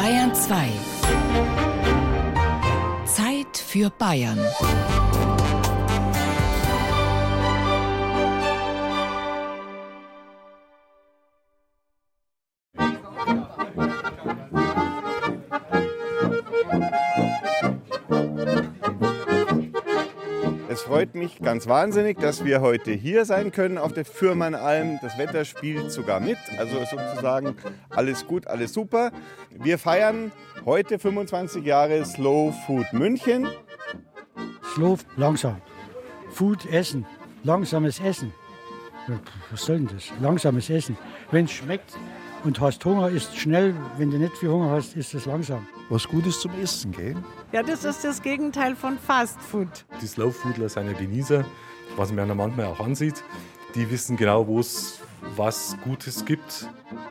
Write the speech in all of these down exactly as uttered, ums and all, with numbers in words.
Bayern zwei. Zeit für Bayern. Es freut mich ganz wahnsinnig, dass wir heute hier sein können auf der Fürmannalm. Das Wetter spielt sogar mit, also sozusagen alles gut, alles super. Wir feiern heute fünfundzwanzig Jahre Slow Food München. Slow, langsam. Food, Essen. Langsames Essen. Ja, was soll denn das? Langsames Essen. Wenn es schmeckt und hast Hunger, ist schnell. Wenn du nicht viel Hunger hast, ist es langsam. Was Gutes zum Essen, gell? Ja, das ist das Gegenteil von Fast Food. Die Slow Foodler sind ja Genießer, was man ja manchmal auch ansieht. Die wissen genau, wo es was Gutes gibt.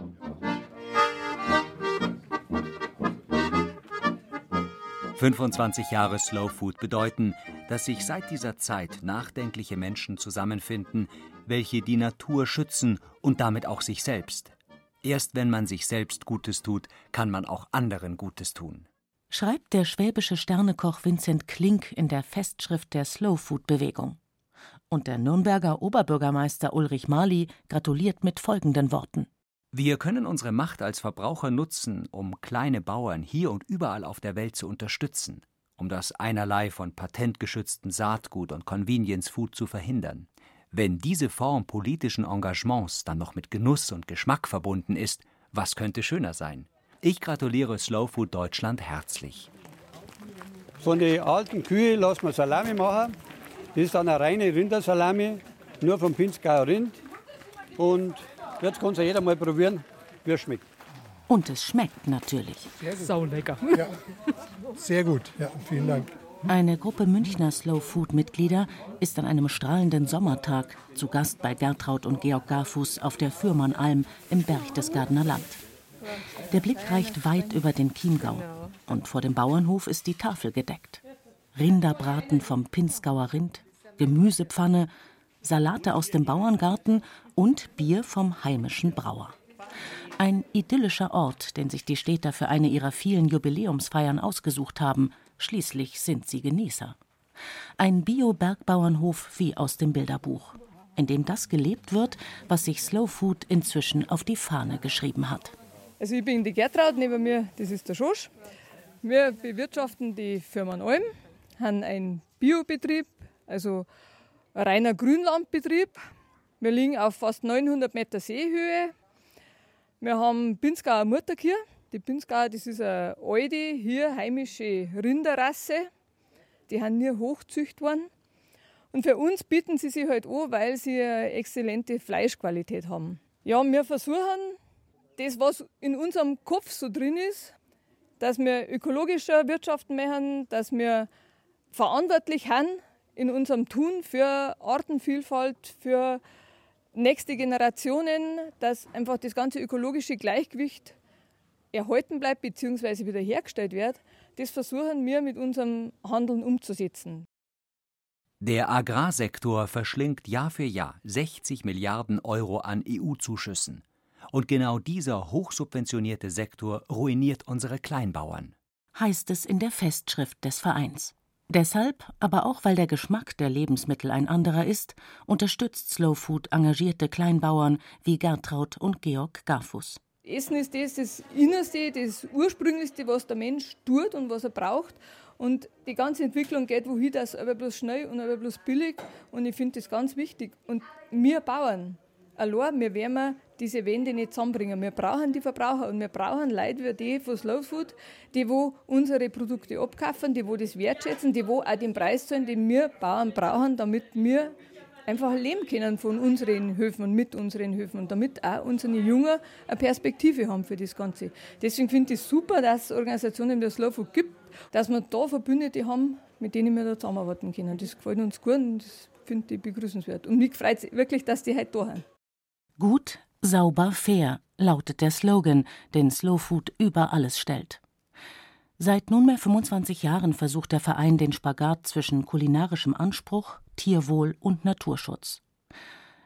fünfundzwanzig Jahre Slow Food bedeuten, dass sich seit dieser Zeit nachdenkliche Menschen zusammenfinden, welche die Natur schützen und damit auch sich selbst. Erst wenn man sich selbst Gutes tut, kann man auch anderen Gutes tun. Schreibt der schwäbische Sternekoch Vincent Klink in der Festschrift der Slow-Food-Bewegung. Und der Nürnberger Oberbürgermeister Ulrich Marli gratuliert mit folgenden Worten. Wir können unsere Macht als Verbraucher nutzen, um kleine Bauern hier und überall auf der Welt zu unterstützen, um das Einerlei von patentgeschütztem Saatgut und Convenience Food zu verhindern. Wenn diese Form politischen Engagements dann noch mit Genuss und Geschmack verbunden ist, was könnte schöner sein? Ich gratuliere Slow Food Deutschland herzlich. Von den alten Kühe lassen wir Salami machen. Das ist dann eine reine Rindersalami, nur vom Pinzgauer Rind. Und jetzt kann es ja jeder mal probieren, wie es schmeckt. Und es schmeckt natürlich. Sau lecker. Ja, sehr gut. Ja, vielen Dank. Eine Gruppe Münchner Slow-Food-Mitglieder ist an einem strahlenden Sommertag zu Gast bei Gertraud und Georg Garfuß auf der Fürmannalm im Berchtesgadener Land. Der Blick reicht weit über den Chiemgau und vor dem Bauernhof ist die Tafel gedeckt. Rinderbraten vom Pinzgauer Rind, Gemüsepfanne, Salate aus dem Bauerngarten und Bier vom heimischen Brauer. Ein idyllischer Ort, den sich die Städter für eine ihrer vielen Jubiläumsfeiern ausgesucht haben. Schließlich sind sie Genießer. Ein Bio-Bergbauernhof wie aus dem Bilderbuch, in dem das gelebt wird, was sich Slow Food inzwischen auf die Fahne geschrieben hat. Also ich bin die Gertraud, neben mir, das ist der Schosch. Wir bewirtschaften die Fürmannalm, haben einen Biobetrieb, also ein reiner Grünlandbetrieb. Wir liegen auf fast neunhundert Meter Seehöhe. Wir haben Pinzgauer Mutterkühe. Die Pinzgauer, das ist eine alte, hier heimische Rinderrasse. Die haben nie hochgezüchtet worden. Und für uns bieten sie sich halt an, weil sie eine exzellente Fleischqualität haben. Ja, wir versuchen, das, was in unserem Kopf so drin ist, dass wir ökologischer wirtschaften machen, dass wir verantwortlich sind in unserem Tun für Artenvielfalt, für nächste Generationen, dass einfach das ganze ökologische Gleichgewicht erhalten bleibt bzw. wiederhergestellt wird. Das versuchen wir mit unserem Handeln umzusetzen. Der Agrarsektor verschlingt Jahr für Jahr sechzig Milliarden Euro an E U-Zuschüssen. Und genau dieser hochsubventionierte Sektor ruiniert unsere Kleinbauern. Heißt es in der Festschrift des Vereins. Deshalb, aber auch weil der Geschmack der Lebensmittel ein anderer ist, unterstützt Slow Food engagierte Kleinbauern wie Gertraud und Georg Garfuß. Essen ist das, das Innerste, das Ursprünglichste, was der Mensch tut und was er braucht. Und die ganze Entwicklung geht wohin, das aber bloß schnell und aber bloß billig. Und ich finde das ganz wichtig. Und wir Bauern, allein, wir werden diese Wende nicht zusammenbringen. Wir brauchen die Verbraucher und wir brauchen Leute wie die von Slow Food, die wo unsere Produkte abkaufen, die wo das wertschätzen, die wo auch den Preis zahlen, den wir Bauern brauchen, damit wir einfach leben können von unseren Höfen und mit unseren Höfen und damit auch unsere Jungen eine Perspektive haben für das Ganze. Deswegen finde ich es super, dass es Organisationen wie Slow Food gibt, dass wir da Verbündete haben, mit denen wir da zusammenarbeiten können. Das gefällt uns gut und das finde ich begrüßenswert. Und mich freut es wirklich, dass die heute da sind. Gut, sauber, fair lautet der Slogan, den Slow Food über alles stellt. Seit nunmehr fünfundzwanzig Jahren versucht der Verein den Spagat zwischen kulinarischem Anspruch, Tierwohl und Naturschutz.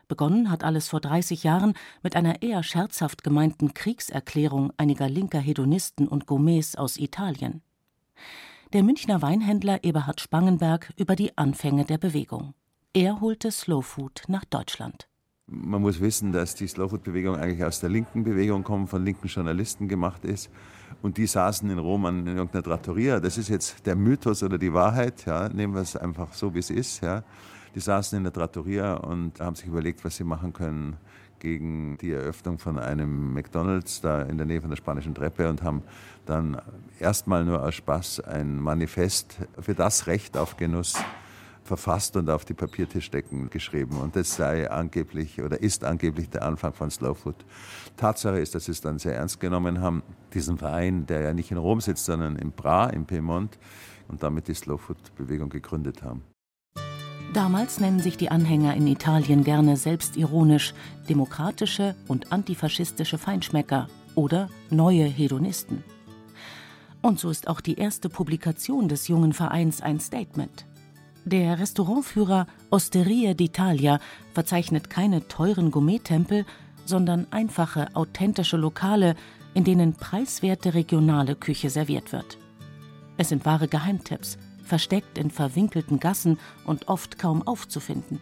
Begonnen hat alles vor dreißig Jahren mit einer eher scherzhaft gemeinten Kriegserklärung einiger linker Hedonisten und Gourmets aus Italien. Der Münchner Weinhändler Eberhard Spangenberg über die Anfänge der Bewegung. Er holte Slow Food nach Deutschland. Man muss wissen, dass die Slow-Food-Bewegung eigentlich aus der linken Bewegung kommt, von linken Journalisten gemacht ist. Und die saßen in Rom an irgendeiner Trattoria. Das ist jetzt der Mythos oder die Wahrheit. Ja. Nehmen wir es einfach so, wie es ist. Ja. Die saßen in der Trattoria und haben sich überlegt, was sie machen können gegen die Eröffnung von einem McDonald's da in der Nähe von der Spanischen Treppe und haben dann erstmal nur aus Spaß ein Manifest für das Recht auf Genuss verfasst und auf die Papiertischdecken geschrieben. Und das sei angeblich oder ist angeblich der Anfang von Slow Food. Tatsache ist, dass sie es dann sehr ernst genommen haben, diesen Verein, der ja nicht in Rom sitzt, sondern in Bra, im Piemont, und damit die Slow Food-Bewegung gegründet haben. Damals nennen sich die Anhänger in Italien gerne selbstironisch demokratische und antifaschistische Feinschmecker oder neue Hedonisten. Und so ist auch die erste Publikation des jungen Vereins ein Statement. Der Restaurantführer Osterie d'Italia verzeichnet keine teuren Gourmet-Tempel, sondern einfache, authentische Lokale, in denen preiswerte regionale Küche serviert wird. Es sind wahre Geheimtipps, versteckt in verwinkelten Gassen und oft kaum aufzufinden.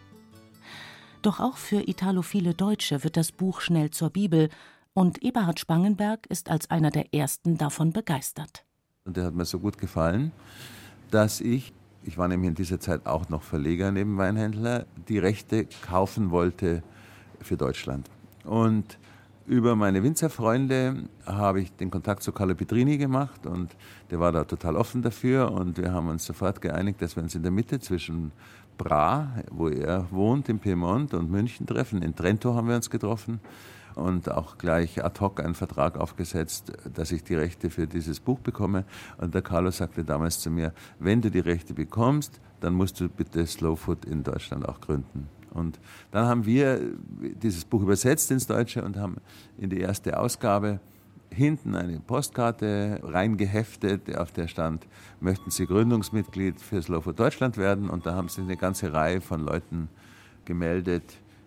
Doch auch für italophile Deutsche wird das Buch schnell zur Bibel und Eberhard Spangenberg ist als einer der ersten davon begeistert. Und der hat mir so gut gefallen, dass ich, ich war nämlich in dieser Zeit auch noch Verleger neben Weinhändler, die Rechte kaufen wollte für Deutschland. Und über meine Winzerfreunde habe ich den Kontakt zu Carlo Petrini gemacht und der war da total offen dafür und wir haben uns sofort geeinigt, dass wir uns in der Mitte zwischen Bra, wo er wohnt, im Piemont, und München treffen. In Trento haben wir uns getroffen und auch gleich ad hoc einen Vertrag aufgesetzt, dass ich die Rechte für dieses Buch bekomme. Und der Carlo sagte damals zu mir, wenn du die Rechte bekommst, dann musst du bitte Slow Food in Deutschland auch gründen. Und dann haben wir dieses Buch übersetzt ins Deutsche und haben in die erste Ausgabe hinten eine Postkarte reingeheftet, auf der stand, möchten Sie Gründungsmitglied für Slow Food Deutschland werden? Und da haben sich eine ganze Reihe von Leuten gemeldet,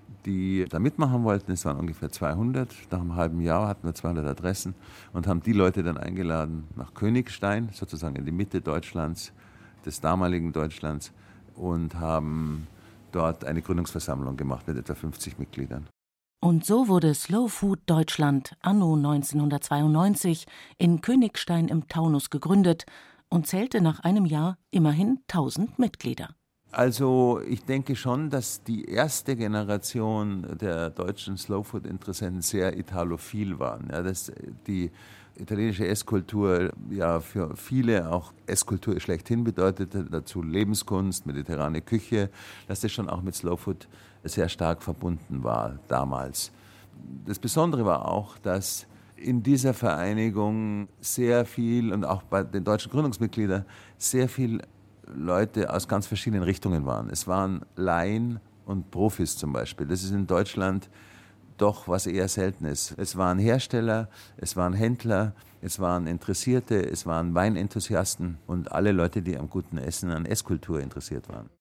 die da mitmachen wollten. Es waren ungefähr zweihundert. Nach einem halben Jahr hatten wir zweihundert Adressen und haben die Leute dann eingeladen nach Königstein, sozusagen in die Mitte Deutschlands, des damaligen Deutschlands, und haben dort eine Gründungsversammlung gemacht mit etwa fünfzig Mitgliedern. Und so wurde Slow Food Deutschland anno neunzehnhundertzweiundneunzig in Königstein im Taunus gegründet und zählte nach einem Jahr immerhin tausend Mitglieder. Also ich denke schon, dass die erste Generation der deutschen Slow Food Interessenten sehr italophil waren. Ja, dass die italienische Esskultur ja für viele auch Esskultur schlechthin bedeutete, dazu Lebenskunst, mediterrane Küche, dass das schon auch mit Slow Food sehr stark verbunden war damals. Das Besondere war auch, dass in dieser Vereinigung sehr viel und auch bei den deutschen Gründungsmitgliedern sehr viel Leute aus ganz verschiedenen Richtungen waren. Es waren Laien und Profis zum Beispiel. Das ist in Deutschland doch was eher Seltenes. Es waren Hersteller, es waren Händler, es waren Interessierte, es waren Weinenthusiasten und alle Leute, die am guten Essen, an Esskultur interessiert waren.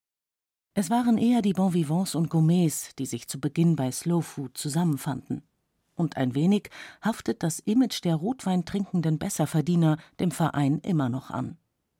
Es waren eher die Bonvivants und Gourmets, die sich zu Beginn bei Slow Food zusammenfanden. Und ein wenig haftet das Image der rotweintrinkenden Besserverdiener dem Verein immer noch an.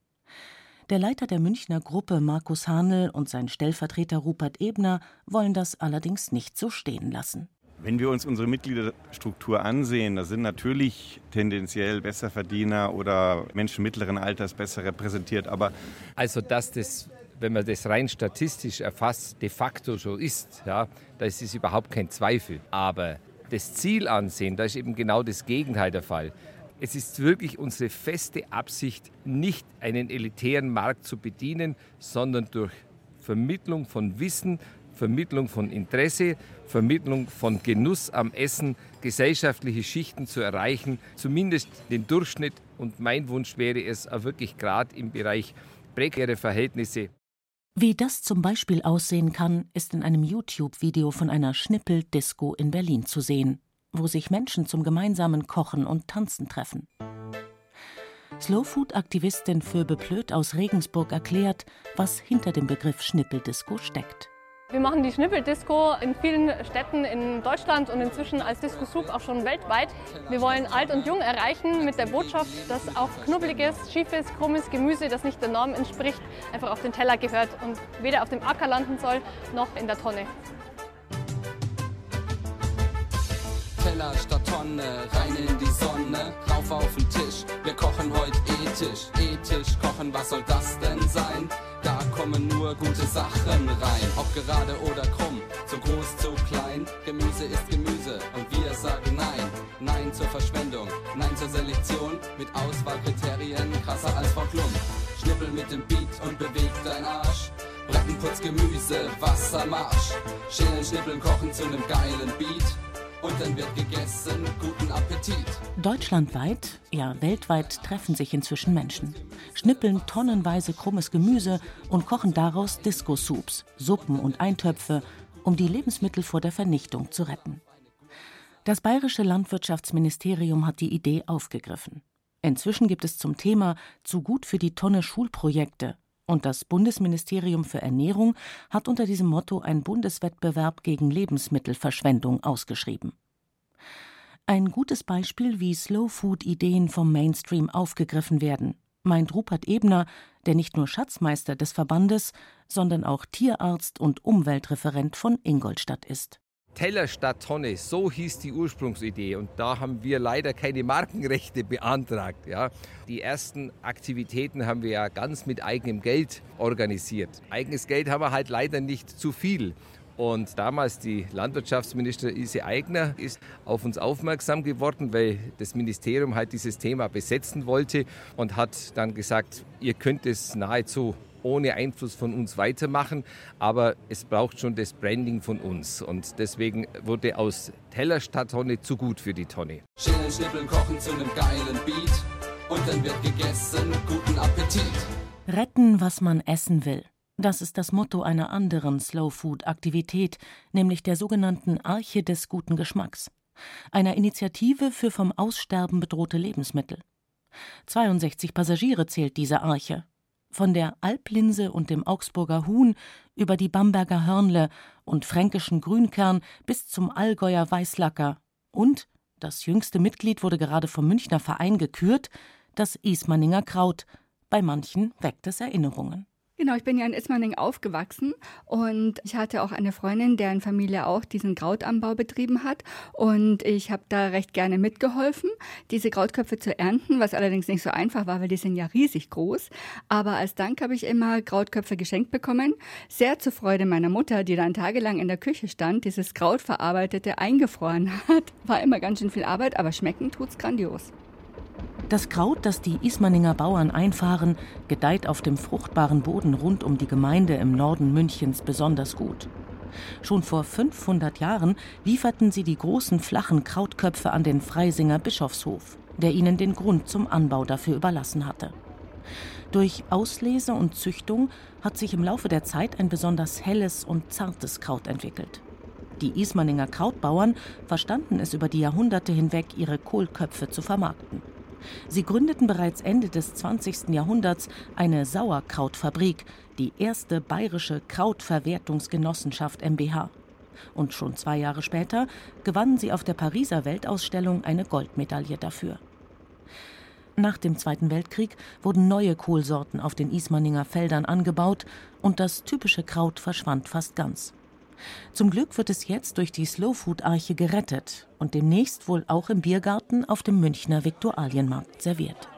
Der Leiter der Münchner Gruppe, Markus Hahnl, und sein Stellvertreter Rupert Ebner wollen das allerdings nicht so stehen lassen. Wenn wir uns unsere Mitgliederstruktur ansehen, da sind natürlich tendenziell Besserverdiener oder Menschen mittleren Alters besser repräsentiert. Aber also, dass das, wenn man das rein statistisch erfasst, de facto so ist, ja, da ist es überhaupt kein Zweifel. Aber das Ziel ansehen, da ist eben genau das Gegenteil der Fall. Es ist wirklich unsere feste Absicht, nicht einen elitären Markt zu bedienen, sondern durch Vermittlung von Wissen, Vermittlung von Interesse, Vermittlung von Genuss am Essen, gesellschaftliche Schichten zu erreichen, zumindest den Durchschnitt. Und mein Wunsch wäre es auch wirklich gerade im Bereich prekäre Verhältnisse. Wie das zum Beispiel aussehen kann, ist in einem YouTube-Video von einer Schnippel-Disco in Berlin zu sehen, wo sich Menschen zum gemeinsamen Kochen und Tanzen treffen. Slowfood-Aktivistin Phoebe Plöth aus Regensburg erklärt, was hinter dem Begriff Schnippel-Disco steckt. Wir machen die Schnippeldisco in vielen Städten in Deutschland und inzwischen als Disco Soup auch schon weltweit. Wir wollen alt und jung erreichen mit der Botschaft, dass auch knubbeliges, schiefes, krummes Gemüse, das nicht der Norm entspricht, einfach auf den Teller gehört und weder auf dem Acker landen soll, noch in der Tonne. Teller statt Tonne, rein in die Sonne, rauf auf den Tisch. Wir kochen heute ethisch, ethisch kochen, was soll das denn sein? Da kommen nur gute Sachen rein, ob gerade oder krumm, zu groß, zu klein. Gemüse ist Gemüse und wir sagen nein. Nein zur Verschwendung, nein zur Selektion, mit Auswahlkriterien krasser als Frau Klum. Schnippel mit dem Beat und beweg dein Arsch. Brettenputz, Gemüse, Wassermarsch. Schälen, schnippeln, kochen zu nem geilen Beat. Und dann wird gegessen, guten Appetit. Deutschlandweit, ja weltweit treffen sich inzwischen Menschen, schnippeln tonnenweise krummes Gemüse und kochen daraus Disco-Soups, Suppen und Eintöpfe, um die Lebensmittel vor der Vernichtung zu retten. Das bayerische Landwirtschaftsministerium hat die Idee aufgegriffen. Inzwischen gibt es zum Thema Zu gut für die Tonne Schulprojekte. Und das Bundesministerium für Ernährung hat unter diesem Motto einen Bundeswettbewerb gegen Lebensmittelverschwendung ausgeschrieben. Ein gutes Beispiel, wie Slow-Food-Ideen vom Mainstream aufgegriffen werden, meint Rupert Ebner, der nicht nur Schatzmeister des Verbandes, sondern auch Tierarzt und Umweltreferent von Ingolstadt ist. Teller statt Tonne, so hieß die Ursprungsidee und da haben wir leider keine Markenrechte beantragt. Ja. Die ersten Aktivitäten haben wir ja ganz mit eigenem Geld organisiert. Eigenes Geld haben wir halt leider nicht zu viel. Und damals die Landwirtschaftsministerin Ilse Aigner ist auf uns aufmerksam geworden, weil das Ministerium halt dieses Thema besetzen wollte und hat dann gesagt, ihr könnt es nahezu ohne Einfluss von uns weitermachen, aber es braucht schon das Branding von uns. Und deswegen wurde aus Teller statt Tonne zu gut für die Tonne. Schälen, schnippeln, kochen zu einem geilen Beat und dann wird gegessen, guten Appetit. Retten, was man essen will. Das ist das Motto einer anderen Slow-Food-Aktivität, nämlich der sogenannten Arche des guten Geschmacks. Einer Initiative für vom Aussterben bedrohte Lebensmittel. zweiundsechzig Passagiere zählt diese Arche. Von der Alplinse und dem Augsburger Huhn über die Bamberger Hörnle und fränkischen Grünkern bis zum Allgäuer Weißlacker. Und, das jüngste Mitglied wurde gerade vom Münchner Verein gekürt, das Ismaninger Kraut. Bei manchen weckt es Erinnerungen. Genau, ich bin ja in Ismaning aufgewachsen und ich hatte auch eine Freundin, deren Familie auch diesen Krautanbau betrieben hat und ich habe da recht gerne mitgeholfen, diese Krautköpfe zu ernten, was allerdings nicht so einfach war, weil die sind ja riesig groß. Aber als Dank habe ich immer Krautköpfe geschenkt bekommen, sehr zur Freude meiner Mutter, die dann tagelang in der Küche stand, dieses Kraut verarbeitete, eingefroren hat. War immer ganz schön viel Arbeit, aber schmecken tut's grandios. Das Kraut, das die Ismaninger Bauern einfahren, gedeiht auf dem fruchtbaren Boden rund um die Gemeinde im Norden Münchens besonders gut. Schon vor fünfhundert Jahren lieferten sie die großen flachen Krautköpfe an den Freisinger Bischofshof, der ihnen den Grund zum Anbau dafür überlassen hatte. Durch Auslese und Züchtung hat sich im Laufe der Zeit ein besonders helles und zartes Kraut entwickelt. Die Ismaninger Krautbauern verstanden es über die Jahrhunderte hinweg, ihre Kohlköpfe zu vermarkten. Sie gründeten bereits Ende des zwanzigsten Jahrhunderts eine Sauerkrautfabrik, die erste bayerische Krautverwertungsgenossenschaft GmbH. Und schon zwei Jahre später gewannen sie auf der Pariser Weltausstellung eine Goldmedaille dafür. Nach dem Zweiten Weltkrieg wurden neue Kohlsorten auf den Ismaninger Feldern angebaut und das typische Kraut verschwand fast ganz. Zum Glück wird es jetzt durch die Slow-Food-Arche gerettet und demnächst wohl auch im Biergarten auf dem Münchner Viktualienmarkt serviert.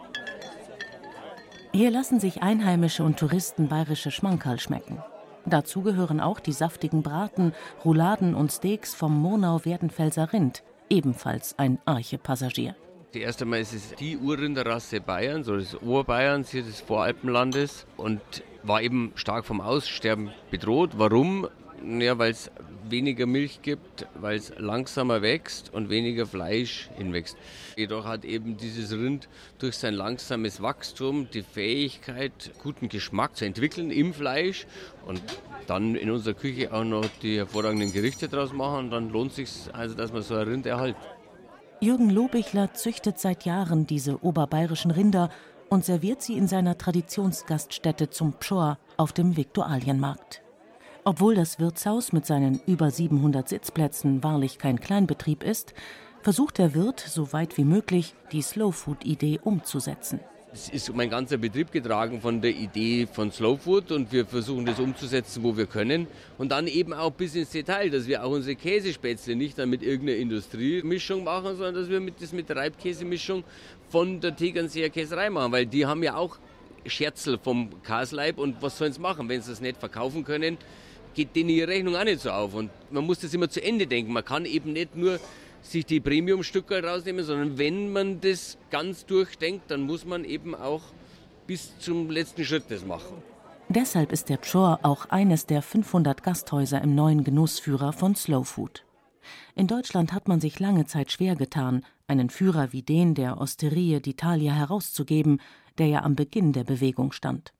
Hier lassen sich Einheimische und Touristen bayerische Schmankerl schmecken. Dazu gehören auch die saftigen Braten, Rouladen und Steaks vom Murnau-Werdenfelser Rind, ebenfalls ein Arche-Passagier. Die erste Mal ist es die Urrinderrasse Bayerns, oder des Oberbayerns, hier des Voralpenlandes, und war eben stark vom Aussterben bedroht. Warum? Ja, weil es weniger Milch gibt, weil es langsamer wächst und weniger Fleisch hinwächst. Jedoch hat eben dieses Rind durch sein langsames Wachstum die Fähigkeit, guten Geschmack zu entwickeln im Fleisch und dann in unserer Küche auch noch die hervorragenden Gerichte draus machen. Dann lohnt es sich also, dass man so ein Rind erhält. Jürgen Lobichler züchtet seit Jahren diese oberbayerischen Rinder und serviert sie in seiner Traditionsgaststätte zum Pschor auf dem Viktualienmarkt. Obwohl das Wirtshaus mit seinen über siebenhundert Sitzplätzen wahrlich kein Kleinbetrieb ist, versucht der Wirt, so weit wie möglich, die Slow-Food-Idee umzusetzen. Es ist mein ganzer Betrieb getragen von der Idee von Slow Food und wir versuchen das umzusetzen, wo wir können. Und dann eben auch bis ins Detail, dass wir auch unsere Käsespätzle nicht dann mit irgendeiner Industriemischung machen, sondern dass wir mit, das mit Reibkäsemischung von der Tegernseer Käserei machen, weil die haben ja auch Scherzel vom Kasleib und was sollen sie machen, wenn sie es nicht verkaufen können, geht denen ihre Rechnung auch nicht so auf. Und man muss das immer zu Ende denken, man kann eben nicht nur sich die Premium-Stücke rausnehmen, sondern wenn man das ganz durchdenkt, dann muss man eben auch bis zum letzten Schritt das machen. Deshalb ist der Pschorr auch eines der fünfhundert Gasthäuser im neuen Genussführer von Slow Food. In Deutschland hat man sich lange Zeit schwer getan, einen Führer wie den der Osterie d'Italia herauszugeben, der ja am Beginn der Bewegung stand.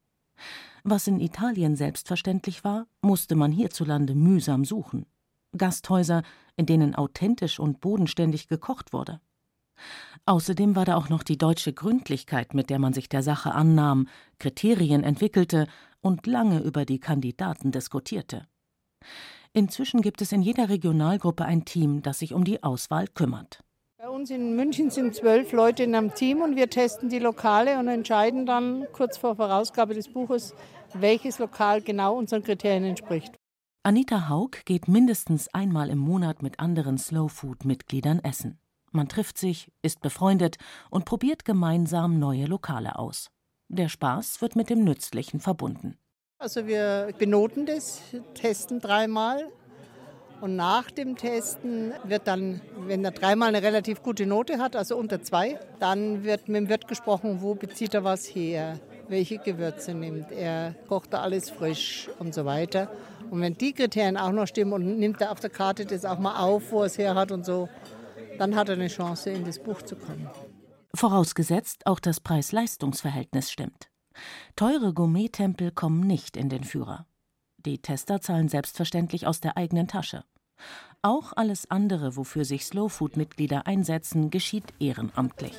Was in Italien selbstverständlich war, musste man hierzulande mühsam suchen. Gasthäuser, in denen authentisch und bodenständig gekocht wurde. Außerdem war da auch noch die deutsche Gründlichkeit, mit der man sich der Sache annahm, Kriterien entwickelte und lange über die Kandidaten diskutierte. Inzwischen gibt es in jeder Regionalgruppe ein Team, das sich um die Auswahl kümmert. Bei uns in München sind zwölf Leute in einem Team und wir testen die Lokale und entscheiden dann kurz vor Herausgabe des Buches, welches Lokal genau unseren Kriterien entspricht. Anita Haug geht mindestens einmal im Monat mit anderen Slow-Food-Mitgliedern essen. Man trifft sich, ist befreundet und probiert gemeinsam neue Lokale aus. Der Spaß wird mit dem Nützlichen verbunden. Also wir benoten das, testen dreimal und nach dem Testen wird dann, wenn er dreimal eine relativ gute Note hat, also unter zwei, dann wird mit dem Wirt gesprochen, wo bezieht er was her, welche Gewürze nimmt er, kocht er alles frisch und so weiter. Und wenn die Kriterien auch noch stimmen und nimmt er auf der Karte das auch mal auf, wo er es her hat und so, dann hat er eine Chance, in das Buch zu kommen. Vorausgesetzt, auch das Preis-Leistungs-Verhältnis stimmt. Teure Gourmet-Tempel kommen nicht in den Führer. Die Tester zahlen selbstverständlich aus der eigenen Tasche. Auch alles andere, wofür sich Slow-Food-Mitglieder einsetzen, geschieht ehrenamtlich.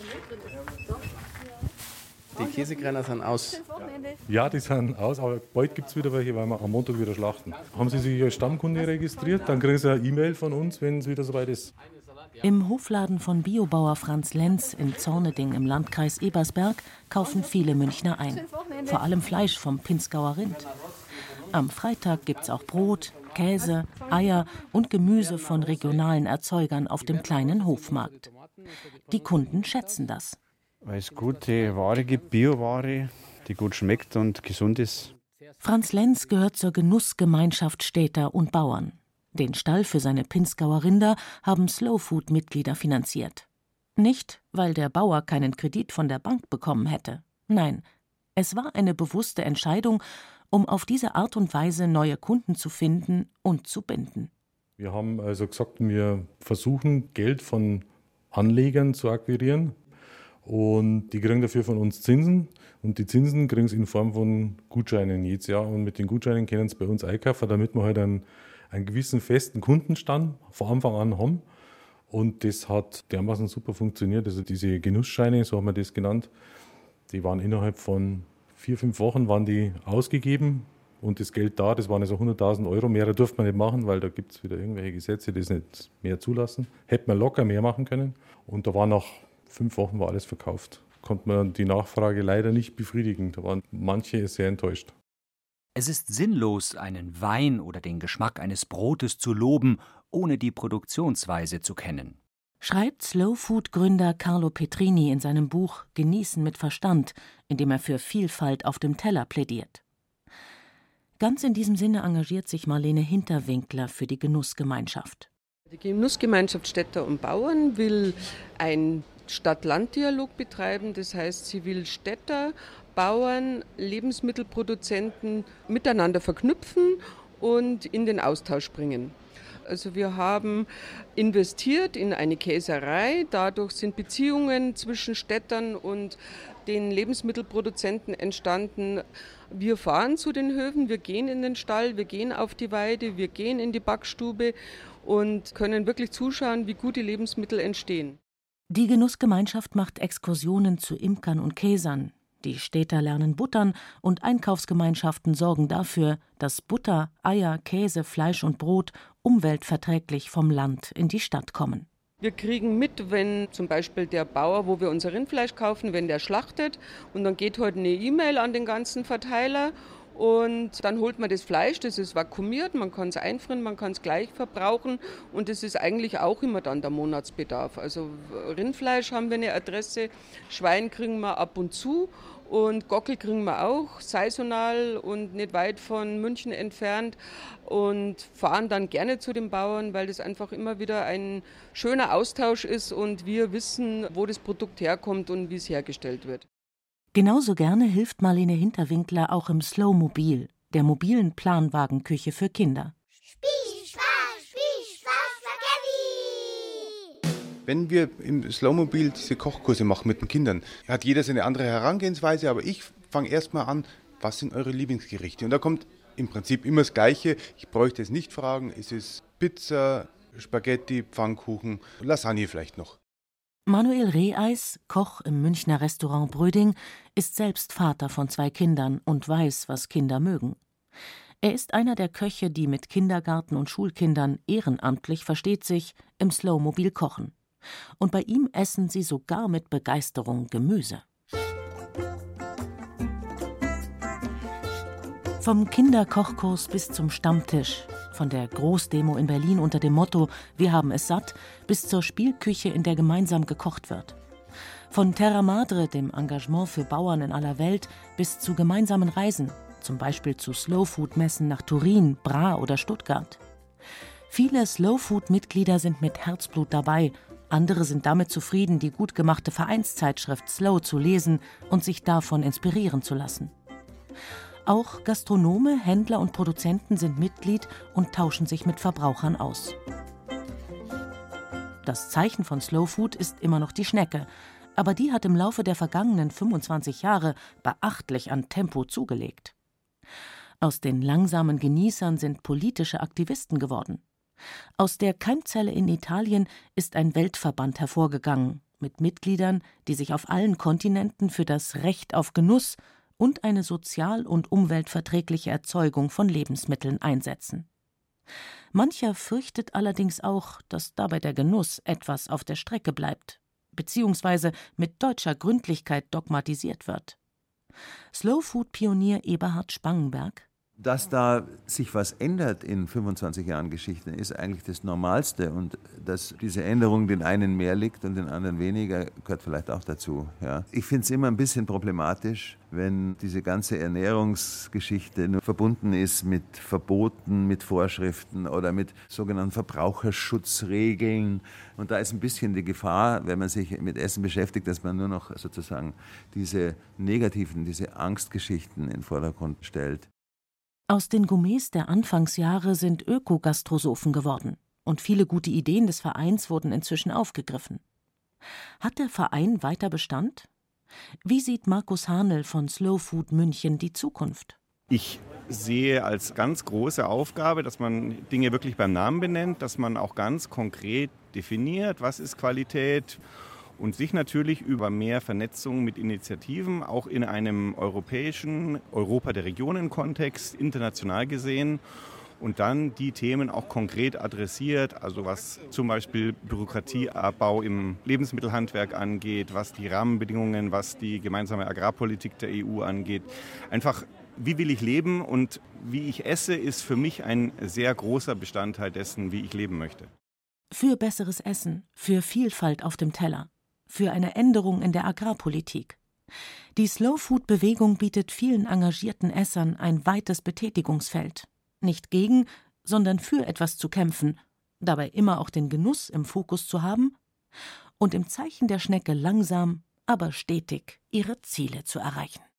Die Käsekrenner sind aus. Ja, die sind aus, aber bald gibt es wieder welche, weil wir am Montag wieder schlachten. Haben Sie sich als Stammkunde registriert, dann kriegen Sie eine E-Mail von uns, wenn es wieder soweit ist. Im Hofladen von Biobauer Franz Lenz in Zorneding im Landkreis Ebersberg kaufen viele Münchner ein. Vor allem Fleisch vom Pinzgauer Rind. Am Freitag gibt es auch Brot, Käse, Eier und Gemüse von regionalen Erzeugern auf dem kleinen Hofmarkt. Die Kunden schätzen das. Weil es gute Ware gibt, Bioware, die gut schmeckt und gesund ist. Franz Lenz gehört zur Genussgemeinschaft Städter und Bauern. Den Stall für seine Pinzgauer Rinder haben Slow-Food-Mitglieder finanziert. Nicht, weil der Bauer keinen Kredit von der Bank bekommen hätte. Nein, es war eine bewusste Entscheidung, um auf diese Art und Weise neue Kunden zu finden und zu binden. Wir haben also gesagt, wir versuchen, Geld von Anlegern zu akquirieren. Und die kriegen dafür von uns Zinsen. Und die Zinsen kriegen sie in Form von Gutscheinen jedes Jahr. Und mit den Gutscheinen können sie bei uns einkaufen, damit wir halt einen, einen gewissen festen Kundenstand von Anfang an haben. Und das hat dermaßen super funktioniert. Also diese Genussscheine, so haben wir das genannt, die waren innerhalb von vier, fünf Wochen waren die ausgegeben. Und das Geld da, das waren also hunderttausend Euro. Mehr durfte man nicht machen, weil da gibt es wieder irgendwelche Gesetze, die das nicht mehr zulassen. Hätte man locker mehr machen können. Und da war nach fünf Wochen war alles verkauft. Konnte man die Nachfrage leider nicht befriedigen. Da waren manche sehr enttäuscht. Es ist sinnlos, einen Wein oder den Geschmack eines Brotes zu loben, ohne die Produktionsweise zu kennen. Schreibt Slow-Food-Gründer Carlo Petrini in seinem Buch Genießen mit Verstand, in dem er für Vielfalt auf dem Teller plädiert. Ganz in diesem Sinne engagiert sich Marlene Hinterwinkler für die Genussgemeinschaft. Die Genussgemeinschaft Städter und Bauern will ein Stadt-Land-Dialog betreiben. Das heißt, sie will Städter, Bauern, Lebensmittelproduzenten miteinander verknüpfen und in den Austausch bringen. Also wir haben investiert in eine Käserei. Dadurch sind Beziehungen zwischen Städtern und den Lebensmittelproduzenten entstanden. Wir fahren zu den Höfen, wir gehen in den Stall, wir gehen auf die Weide, wir gehen in die Backstube und können wirklich zuschauen, wie gute Lebensmittel entstehen. Die Genussgemeinschaft macht Exkursionen zu Imkern und Käsern. Die Städter lernen buttern und Einkaufsgemeinschaften sorgen dafür, dass Butter, Eier, Käse, Fleisch und Brot umweltverträglich vom Land in die Stadt kommen. Wir kriegen mit, wenn zum Beispiel der Bauer, wo wir unser Rindfleisch kaufen, wenn der schlachtet, und dann geht heute eine E-Mail an den ganzen Verteiler und dann holt man das Fleisch, das ist vakuumiert, man kann es einfrieren, man kann es gleich verbrauchen und das ist eigentlich auch immer dann der Monatsbedarf. Also Rindfleisch haben wir eine Adresse, Schwein kriegen wir ab und zu und Gockel kriegen wir auch saisonal und nicht weit von München entfernt und fahren dann gerne zu den Bauern, weil das einfach immer wieder ein schöner Austausch ist und wir wissen, wo das Produkt herkommt und wie es hergestellt wird. Genauso gerne hilft Marlene Hinterwinkler auch im Slowmobil, der mobilen Planwagenküche für Kinder. Wenn wir im Slowmobil diese Kochkurse machen mit den Kindern, hat jeder seine andere Herangehensweise, aber ich fange erstmal an, was sind eure Lieblingsgerichte? Und da kommt im Prinzip immer das Gleiche. Ich bräuchte es nicht fragen, es ist Pizza, Spaghetti, Pfannkuchen, Lasagne vielleicht noch. Manuel Reheis, Koch im Münchner Restaurant Bröding, ist selbst Vater von zwei Kindern und weiß, was Kinder mögen. Er ist einer der Köche, die mit Kindergarten- und Schulkindern ehrenamtlich, versteht sich, im Slowmobil kochen. Und bei ihm essen sie sogar mit Begeisterung Gemüse. Vom Kinderkochkurs bis zum Stammtisch, von der Großdemo in Berlin unter dem Motto »Wir haben es satt« bis zur Spielküche, in der gemeinsam gekocht wird. Von Terra Madre, dem Engagement für Bauern in aller Welt, bis zu gemeinsamen Reisen, zum Beispiel zu Slowfood-Messen nach Turin, Bra oder Stuttgart. Viele Slowfood-Mitglieder sind mit Herzblut dabei, andere sind damit zufrieden, die gut gemachte Vereinszeitschrift Slow zu lesen und sich davon inspirieren zu lassen. Auch Gastronome, Händler und Produzenten sind Mitglied und tauschen sich mit Verbrauchern aus. Das Zeichen von Slowfood ist immer noch die Schnecke, aber die hat im Laufe der vergangenen fünfundzwanzig Jahre beachtlich an Tempo zugelegt. Aus den langsamen Genießern sind politische Aktivisten geworden. Aus der Keimzelle in Italien ist ein Weltverband hervorgegangen, mit Mitgliedern, die sich auf allen Kontinenten für das Recht auf Genuss und eine sozial- und umweltverträgliche Erzeugung von Lebensmitteln einsetzen. Mancher fürchtet allerdings auch, dass dabei der Genuss etwas auf der Strecke bleibt, beziehungsweise mit deutscher Gründlichkeit dogmatisiert wird. Slowfood-Pionier Eberhard Spangenberg: Dass da sich was ändert in fünfundzwanzig Jahren Geschichte, ist eigentlich das Normalste. Und dass diese Änderung den einen mehr liegt und den anderen weniger, gehört vielleicht auch dazu. Ja. Ich finde es immer ein bisschen problematisch, wenn diese ganze Ernährungsgeschichte nur verbunden ist mit Verboten, mit Vorschriften oder mit sogenannten Verbraucherschutzregeln. Und da ist ein bisschen die Gefahr, wenn man sich mit Essen beschäftigt, dass man nur noch sozusagen diese negativen, diese Angstgeschichten in den Vordergrund stellt. Aus den Gourmets der Anfangsjahre sind Öko-Gastrosophen geworden und viele gute Ideen des Vereins wurden inzwischen aufgegriffen. Hat der Verein weiter Bestand? Wie sieht Markus Hahnel von Slowfood München die Zukunft? Ich sehe als ganz große Aufgabe, dass man Dinge wirklich beim Namen benennt, dass man auch ganz konkret definiert, was ist Qualität. Und sich natürlich über mehr Vernetzung mit Initiativen, auch in einem europäischen, Europa der Regionen-Kontext, international gesehen, und dann die Themen auch konkret adressiert, also was zum Beispiel Bürokratieabbau im Lebensmittelhandwerk angeht, was die Rahmenbedingungen, was die gemeinsame Agrarpolitik der E U angeht. Einfach, wie will ich leben und wie ich esse, ist für mich ein sehr großer Bestandteil dessen, wie ich leben möchte. Für besseres Essen, für Vielfalt auf dem Teller. Für eine Änderung in der Agrarpolitik. Die Slowfood-Bewegung bietet vielen engagierten Essern ein weites Betätigungsfeld. Nicht gegen, sondern für etwas zu kämpfen, dabei immer auch den Genuss im Fokus zu haben und im Zeichen der Schnecke langsam, aber stetig ihre Ziele zu erreichen.